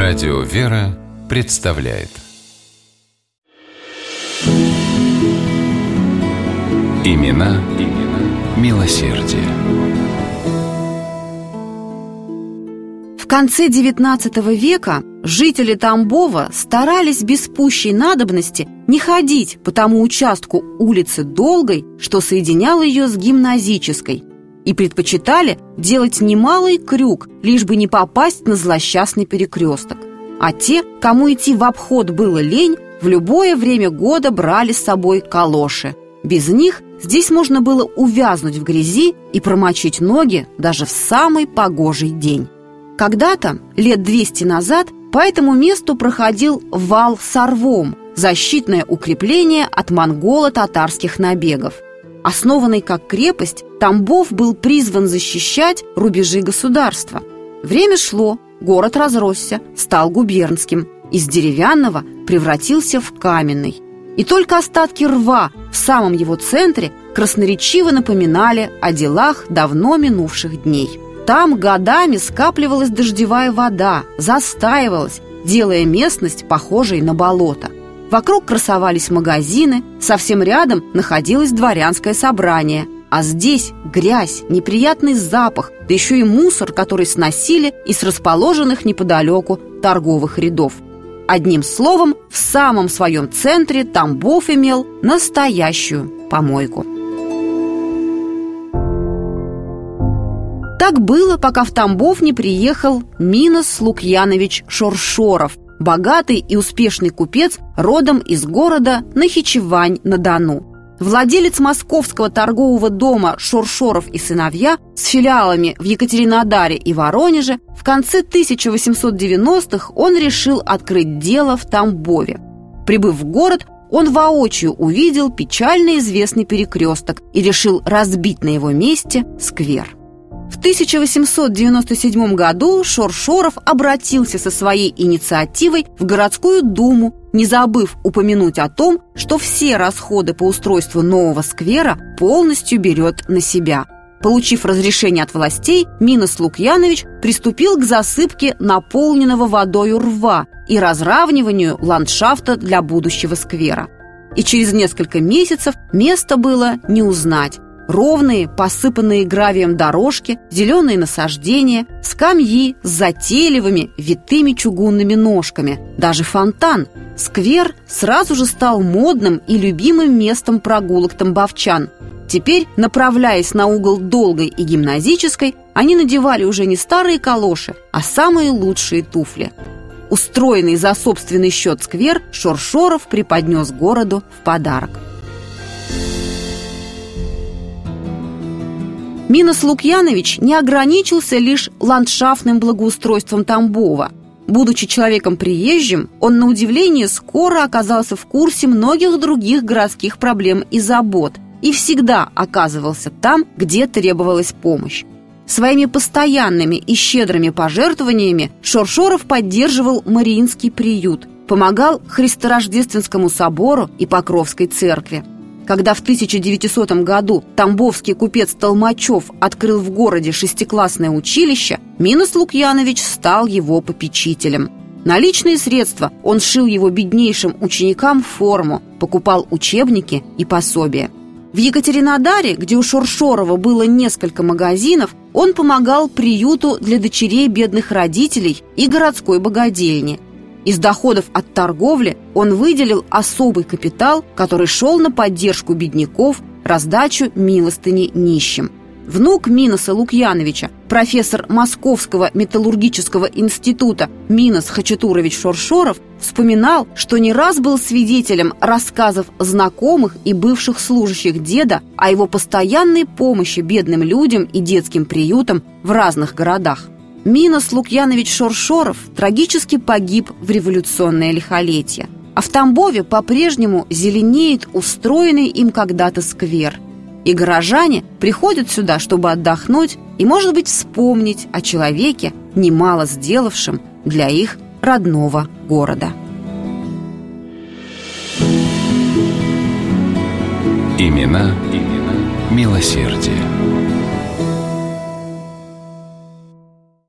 Радио «Вера» представляет Имена милосердия. В конце XIX века жители Тамбова старались без пущей надобности не ходить по тому участку улицы Долгой, что соединял ее с Гимназической, и предпочитали делать немалый крюк, лишь бы не попасть на злосчастный перекресток. А те, кому идти в обход было лень, в любое время года брали с собой калоши. Без них здесь можно было увязнуть в грязи и промочить ноги даже в самый погожий день. Когда-то, лет 200 назад, по этому месту проходил вал с рвом, защитное укрепление от монголо-татарских набегов. Основанный как крепость, Тамбов был призван защищать рубежи государства. Время шло, город разросся, стал губернским, из деревянного превратился в каменный. И только остатки рва в самом его центре красноречиво напоминали о делах давно минувших дней. Там годами скапливалась дождевая вода, застаивалась, делая местность похожей на болото. Вокруг красовались магазины, совсем рядом находилось дворянское собрание. А здесь грязь, неприятный запах, да еще и мусор, который сносили из расположенных неподалеку торговых рядов. Одним словом, в самом своем центре Тамбов имел настоящую помойку. Так было, пока в Тамбов не приехал Минас Лукьянович Шоршоров, богатый и успешный купец, родом из города Нахичевань-на-Дону. Владелец московского торгового дома «Шоршоров и сыновья» с филиалами в Екатеринодаре и Воронеже, в конце 1890-х он решил открыть дело в Тамбове. Прибыв в город, он воочию увидел печально известный перекресток и решил разбить на его месте сквер. В 1897 году Шоршоров обратился со своей инициативой в городскую думу, не забыв упомянуть о том, что все расходы по устройству нового сквера полностью берет на себя. Получив разрешение от властей, Минас Лукьянович приступил к засыпке наполненного водою рва и разравниванию ландшафта для будущего сквера. И через несколько месяцев место было не узнать. Ровные, посыпанные гравием дорожки, зеленые насаждения, скамьи с затейливыми витыми чугунными ножками, даже фонтан. Сквер сразу же стал модным и любимым местом прогулок тамбовчан. Теперь, направляясь на угол Долгой и Гимназической, они надевали уже не старые калоши, а самые лучшие туфли. Устроенный за собственный счет сквер Шоршоров преподнес городу в подарок. Минас Лукьянович не ограничился лишь ландшафтным благоустройством Тамбова. Будучи человеком приезжим, он, на удивление, скоро оказался в курсе многих других городских проблем и забот и всегда оказывался там, где требовалась помощь. Своими постоянными и щедрыми пожертвованиями Шоршоров поддерживал Мариинский приют, помогал Христорождественскому собору и Покровской церкви. Когда в 1900 году тамбовский купец Толмачев открыл в городе шестиклассное училище, Минас Лукьянович стал его попечителем. На личные средства он шил его беднейшим ученикам форму, покупал учебники и пособия. В Екатеринодаре, где у Шоршорова было несколько магазинов, он помогал приюту для дочерей бедных родителей и городской богадельне. Из доходов от торговли он выделил особый капитал, который шел на поддержку бедняков, раздачу милостыни нищим. Внук Минаса Лукьяновича, профессор Московского металлургического института Минас Хачатурович Шоршоров, вспоминал, что не раз был свидетелем рассказов знакомых и бывших служащих деда о его постоянной помощи бедным людям и детским приютам в разных городах. Минас Лукьянович Шоршоров трагически погиб в революционное лихолетие, а в Тамбове по-прежнему зеленеет устроенный им когда-то сквер. И горожане приходят сюда, чтобы отдохнуть и, может быть, вспомнить о человеке, немало сделавшем для их родного города. Имена милосердия.